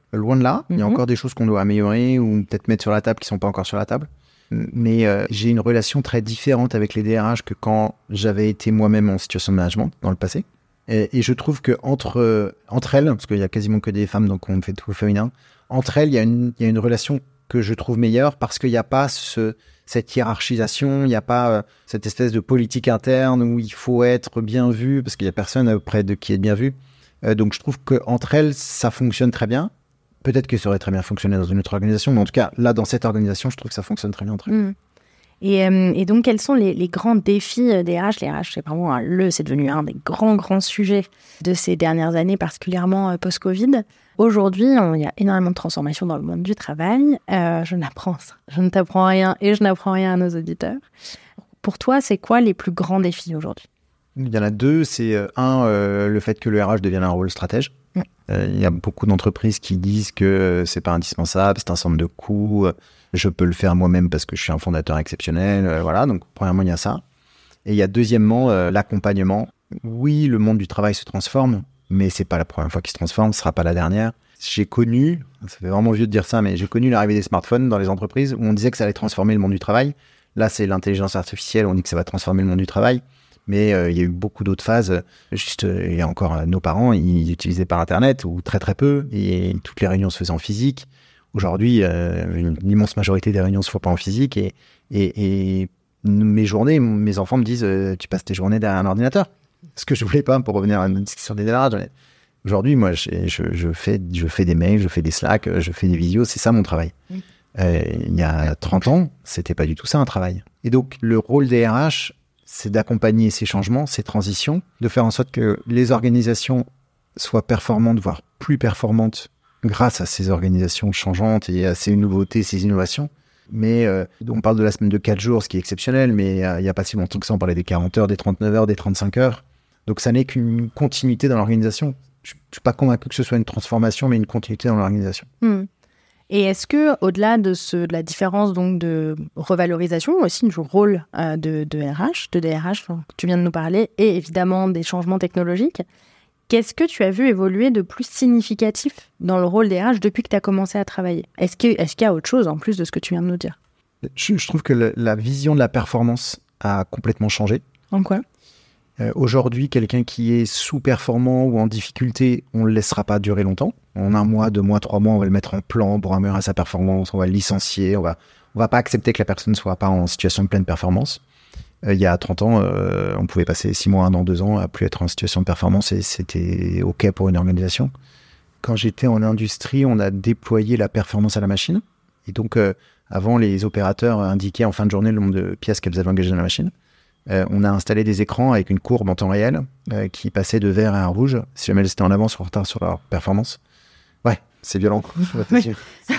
Speaker 2: Loin de là. Mm-hmm. Il y a encore des choses qu'on doit améliorer ou peut-être mettre sur la table qui sont pas encore sur la table. Mais euh, j'ai une relation très différente avec les D R H que quand j'avais été moi-même en situation de management dans le passé. Et, et je trouve que entre euh, entre elles, parce qu'il y a quasiment que des femmes, donc on fait tout le féminin, entre elles, il y a une il y a une relation que je trouve meilleure parce qu'il n'y a pas ce cette hiérarchisation, il n'y a pas euh, cette espèce de politique interne où il faut être bien vu parce qu'il y a personne auprès de qui est bien vu. Euh, donc je trouve que entre elles, ça fonctionne très bien. Peut-être que ça aurait très bien fonctionné dans une autre organisation, mais en tout cas, là, dans cette organisation, je trouve que ça fonctionne très bien entre elles.
Speaker 1: Mmh. Et, euh, et donc, quels sont les, les grands défis des R H ? Les R H, c'est vraiment un, le, c'est devenu un des grands, grands sujets de ces dernières années, particulièrement euh, post-Covid. Aujourd'hui, il y a énormément de transformations dans le monde du travail. Euh, je n'apprends, je ne t'apprends rien et je n'apprends rien à nos auditeurs. Pour toi, c'est quoi les plus grands défis aujourd'hui ?
Speaker 2: Il y en a deux. C'est euh, un, euh, le fait que le R H devienne un rôle stratège. Mmh. Euh, il y a beaucoup d'entreprises qui disent que euh, c'est pas indispensable, c'est un centre de coûts. Euh, je peux le faire moi-même parce que je suis un fondateur exceptionnel. Euh, voilà. Donc, premièrement, il y a ça. Et il y a deuxièmement euh, l'accompagnement. Oui, le monde du travail se transforme, mais c'est pas la première fois qu'il se transforme, ce sera pas la dernière. J'ai connu, ça fait vraiment vieux de dire ça, mais j'ai connu l'arrivée des smartphones dans les entreprises où on disait que ça allait transformer le monde du travail. Là, c'est l'intelligence artificielle, on dit que ça va transformer le monde du travail. Mais euh, il y a eu beaucoup d'autres phases. Juste, euh, il y a encore euh, nos parents, ils utilisaient pas Internet ou très très peu, et toutes les réunions se faisaient en physique. Aujourd'hui, euh, une, une immense majorité des réunions se font pas en physique, et, et, et mes journées, mes enfants me disent euh, tu passes tes journées derrière un ordinateur. Ce que je voulais pas, pour revenir à une discussion des D R H. Aujourd'hui, moi, je, je, je fais, je fais des mails, je fais des Slack, je fais des visios, c'est ça mon travail. Oui. Euh, il y a trente ans, c'était pas du tout ça un travail. Et donc, le rôle des R H, c'est d'accompagner ces changements, ces transitions, de faire en sorte que les organisations soient performantes, voire plus performantes, grâce à ces organisations changeantes et à ces nouveautés, ces innovations. Mais euh, on parle de la semaine de quatre jours, ce qui est exceptionnel, mais euh, il n'y a pas si longtemps que ça, on parlait des quarante heures, des trente-neuf heures, des trente-cinq heures. Donc ça n'est qu'une continuité dans l'organisation. Je ne suis pas convaincu que ce soit une transformation, mais une continuité dans l'organisation.
Speaker 1: Mmh. Et est-ce que, au-delà de, ce, de la différence donc de revalorisation, aussi du rôle euh, de, de R H, de D R H, que tu viens de nous parler, et évidemment des changements technologiques, qu'est-ce que tu as vu évoluer de plus significatif dans le rôle des R H depuis que tu as commencé à travailler ? Est-ce que, est-ce qu'il y a autre chose en plus de ce que tu viens de nous dire ?
Speaker 2: je, je trouve que le, la vision de la performance a complètement changé.
Speaker 1: En quoi ?
Speaker 2: Euh, aujourd'hui, quelqu'un qui est sous-performant ou en difficulté, on ne le laissera pas durer longtemps. En un mois, deux mois, trois mois, on va le mettre en plan pour améliorer sa performance, on va le licencier, on va, on va pas accepter que la personne ne soit pas en situation de pleine performance. Euh, il y a trente ans, euh, on pouvait passer six mois, un an, deux ans à plus être en situation de performance et c'était OK pour une organisation. Quand j'étais en industrie, on a déployé la performance à la machine. Et donc, euh, avant, les opérateurs indiquaient en fin de journée le nombre de pièces qu'elles avaient engagées dans la machine. Euh, on a installé des écrans avec une courbe en temps réel euh, qui passait de vert à un rouge si jamais elles étaient en avance ou en retard sur leur performance. Ouais, c'est violent.
Speaker 1: Oui,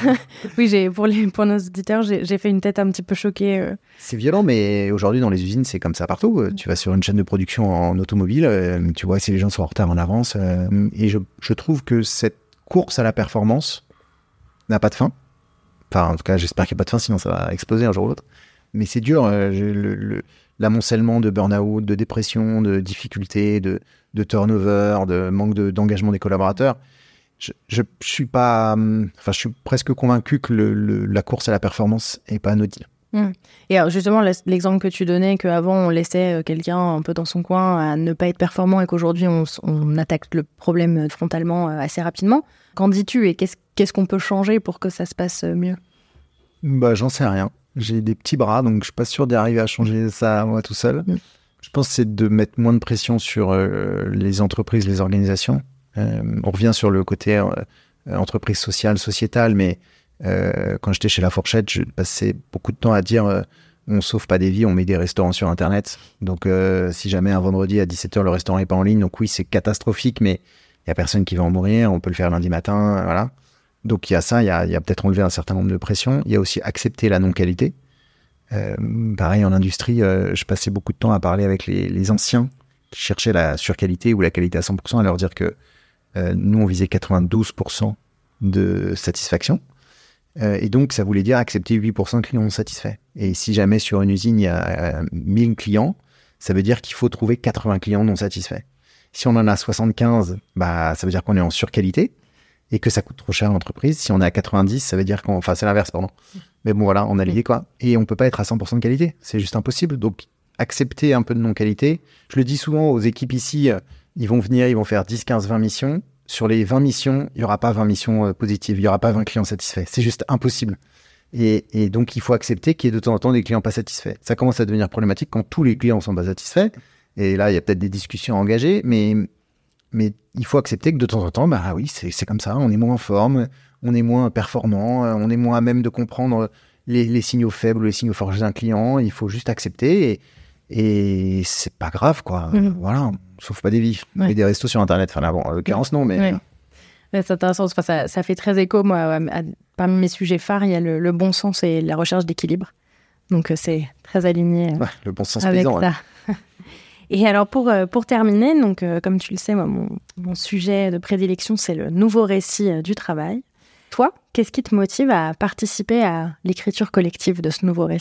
Speaker 1: oui j'ai, pour, les, pour nos auditeurs, j'ai, j'ai fait une tête un petit peu choquée. Euh.
Speaker 2: C'est violent, mais aujourd'hui dans les usines, c'est comme ça partout. Euh, tu vas sur une chaîne de production en automobile, euh, tu vois si les gens sont en retard, en avance. Euh, et je, je trouve que cette course à la performance n'a pas de fin. Enfin, en tout cas, j'espère qu'il n'y a pas de fin, sinon ça va exploser un jour ou l'autre. Mais c'est dur, euh, le... le l'amoncellement de burn-out, de dépression, de difficultés, de, de turnover, de manque de, d'engagement des collaborateurs. Je, je suis pas, enfin, je suis presque convaincu que le, le, la course à la performance est pas anodine.
Speaker 1: Mmh. Et alors justement, l'exemple que tu donnais, qu'avant on laissait quelqu'un un peu dans son coin à ne pas être performant et qu'aujourd'hui on, on attaque le problème frontalement assez rapidement. Qu'en dis-tu et qu'est-ce, qu'est-ce qu'on peut changer pour que ça se passe mieux ?
Speaker 2: Bah, j'en sais rien. J'ai des petits bras, donc je suis pas sûr d'arriver à changer ça moi tout seul. Mmh. Je pense que c'est de mettre moins de pression sur euh, les entreprises, les organisations. Euh, on revient sur le côté euh, entreprise sociale, sociétale, mais euh, quand j'étais chez La Fourchette, je passais beaucoup de temps à dire euh, on sauve pas des vies, on met des restaurants sur Internet. Donc euh, si jamais un vendredi à dix-sept heures, le restaurant est pas en ligne, donc oui, c'est catastrophique, mais il y a personne qui va en mourir, on peut le faire lundi matin, voilà. Donc il y a ça, il y a, il y a peut-être enlevé un certain nombre de pressions. Il y a aussi accepter la non-qualité. Euh, pareil, en industrie, euh, je passais beaucoup de temps à parler avec les, les anciens qui cherchaient la surqualité ou la qualité à cent pour cent, à leur dire que euh, nous, on visait quatre-vingt-douze pour cent de satisfaction. Euh, et donc, ça voulait dire accepter huit pour cent de clients non satisfaits. Et si jamais sur une usine, il y a euh, mille clients, ça veut dire qu'il faut trouver quatre-vingts clients non satisfaits. Si on en a soixante-quinze, bah, ça veut dire qu'on est en surqualité. et que ça coûte trop cher à l'entreprise. Si on est à quatre-vingt-dix, ça veut dire qu'on... Enfin, c'est l'inverse, pardon. Mais bon, voilà, on a lié, quoi. Et on peut pas être à cent pour cent de qualité. C'est juste impossible. Donc, accepter un peu de non-qualité. Je le dis souvent aux équipes ici, euh, ils vont venir, ils vont faire dix, quinze, vingt missions. Sur les vingt missions, il y aura pas vingt missions euh, positives. Il y aura pas vingt clients satisfaits. C'est juste impossible. Et, et donc, il faut accepter qu'il y ait de temps en temps des clients pas satisfaits. Ça commence à devenir problématique quand tous les clients sont pas satisfaits. Et là, il y a peut-être des discussions à engager, mais... Mais il faut accepter que de temps en temps, bah oui, c'est, c'est comme ça, on est moins en forme, on est moins performant, on est moins à même de comprendre les, les signaux faibles ou les signaux forts d'un client. Il faut juste accepter et, et c'est pas grave, quoi. Mmh. Voilà, on sauve pas des vies. Ouais. Et des restos sur Internet, enfin là, bon, en l'occurrence, non, mais...
Speaker 1: Ouais. Ouais, c'est intéressant, enfin, ça, ça fait très écho, moi, à, à, parmi mes sujets phares, il y a le, le bon sens et la recherche d'équilibre. Donc, c'est très aligné euh,
Speaker 2: ouais, le bon sens
Speaker 1: avec
Speaker 2: paysan,
Speaker 1: ça.
Speaker 2: Ouais.
Speaker 1: Et alors, pour, pour terminer, donc, euh, comme tu le sais, moi, mon, mon sujet de prédilection, c'est le nouveau récit euh, du travail. Toi, qu'est-ce qui te motive à participer à l'écriture collective de ce nouveau récit ?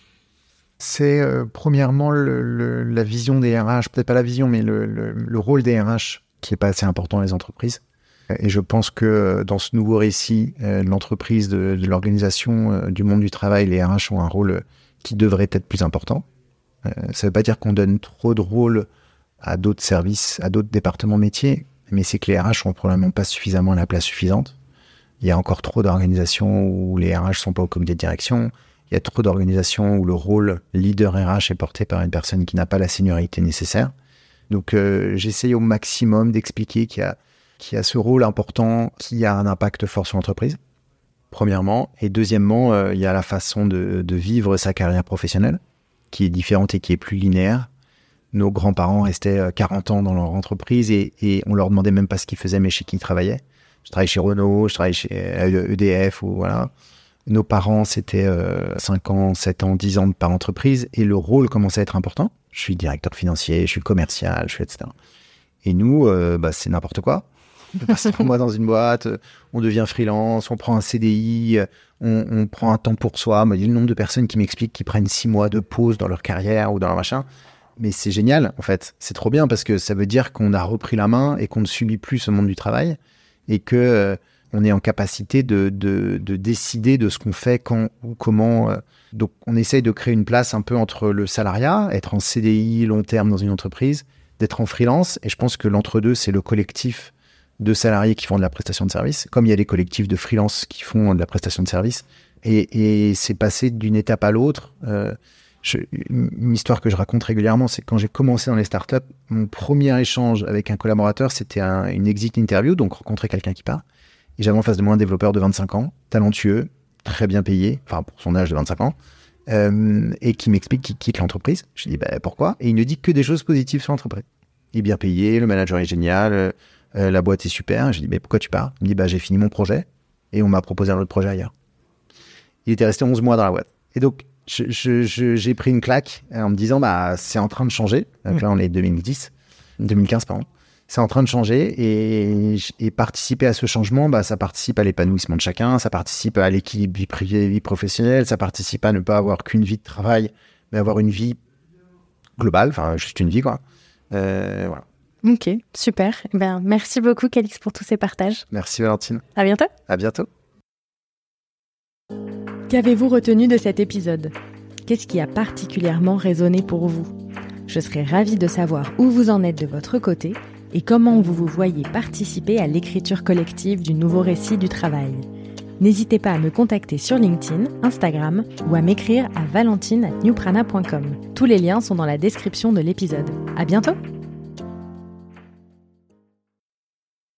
Speaker 2: C'est euh, premièrement le, le, la vision des R H, peut-être pas la vision, mais le, le, le rôle des R H qui n'est pas assez important dans les entreprises. Et je pense que dans ce nouveau récit euh, de l'entreprise, de, de l'organisation, euh, du monde du travail, les R H ont un rôle qui devrait être plus important. Euh, ça ne veut pas dire qu'on donne trop de rôle à d'autres services, à d'autres départements métiers, mais c'est que les R H n'ont probablement pas suffisamment la place suffisante. Il y a encore trop d'organisations où les R H ne sont pas au comité de direction. Il y a trop d'organisations où le rôle leader R H est porté par une personne qui n'a pas la seniorité nécessaire. Donc euh, j'essaye au maximum d'expliquer qu'il y a, qu'il y a ce rôle important qui a un impact fort sur l'entreprise, premièrement. Et deuxièmement, euh, il y a la façon de, de vivre sa carrière professionnelle, qui est différente et qui est plus linéaire. Nos grands-parents restaient quarante ans dans leur entreprise et, et on leur demandait même pas ce qu'ils faisaient, mais chez qui ils travaillaient. Je travaille chez Renault, je travaille chez E D F, ou voilà. Nos parents, c'était euh, cinq ans, sept ans, dix ans par entreprise et le rôle commençait à être important. Je suis directeur financier, je suis commercial, je suis et cetera. Et nous, euh, bah, c'est n'importe quoi. On passe trois mois dans une boîte, on devient freelance, on prend un C D I, on, on prend un temps pour soi. Il y a le nombre de personnes qui m'expliquent qu'ils prennent six mois de pause dans leur carrière ou dans leur machin. Mais c'est génial, en fait. C'est trop bien parce que ça veut dire qu'on a repris la main et qu'on ne subit plus ce monde du travail et que euh, on est en capacité de, de, de décider de ce qu'on fait, quand ou comment. Euh. Donc, on essaye de créer une place un peu entre le salariat, être en C D I long terme dans une entreprise, d'être en freelance. Et je pense que l'entre-deux, c'est le collectif de salariés qui font de la prestation de service, comme il y a les collectifs de freelance qui font de la prestation de service. Et, et c'est passé d'une étape à l'autre. Euh, je, une histoire que je raconte régulièrement, c'est que quand j'ai commencé dans les startups, mon premier échange avec un collaborateur, c'était un, une exit interview, donc rencontrer quelqu'un qui part. Et j'avais en face de moi un développeur de vingt-cinq ans, talentueux, très bien payé, enfin pour son âge de vingt-cinq ans, euh, et qui m'explique qu'il quitte l'entreprise. Je dis bah, pourquoi ? Et il ne dit que des choses positives sur l'entreprise. Il est bien payé, le manager est génial, euh, Euh, la boîte est super. Je dis, mais pourquoi tu pars ? Il me dit, bah, j'ai fini mon projet et on m'a proposé un autre projet ailleurs. Il était resté onze mois dans la boîte. Et donc, je, je, je, j'ai pris une claque en me disant, bah, c'est en train de changer. Donc là, on est deux mille dix, deux mille quinze, pardon. C'est en train de changer et, et participer à ce changement, bah, ça participe à l'épanouissement de chacun, ça participe à l'équilibre vie privée, vie professionnelle, ça participe à ne pas avoir qu'une vie de travail, mais avoir une vie globale, enfin, juste une vie, quoi. Euh, voilà.
Speaker 1: Ok, super. Ben, merci beaucoup, Calix, pour tous ces partages.
Speaker 2: Merci, Valentine.
Speaker 1: À bientôt.
Speaker 2: À bientôt.
Speaker 1: Qu'avez-vous retenu de cet épisode ? Qu'est-ce qui a particulièrement résonné pour vous ? Je serais ravie de savoir où vous en êtes de votre côté et comment vous vous voyez participer à l'écriture collective du nouveau récit du travail. N'hésitez pas à me contacter sur LinkedIn, Instagram ou à m'écrire à valentine arobase newprana point com. Tous les liens sont dans la description de l'épisode. À bientôt!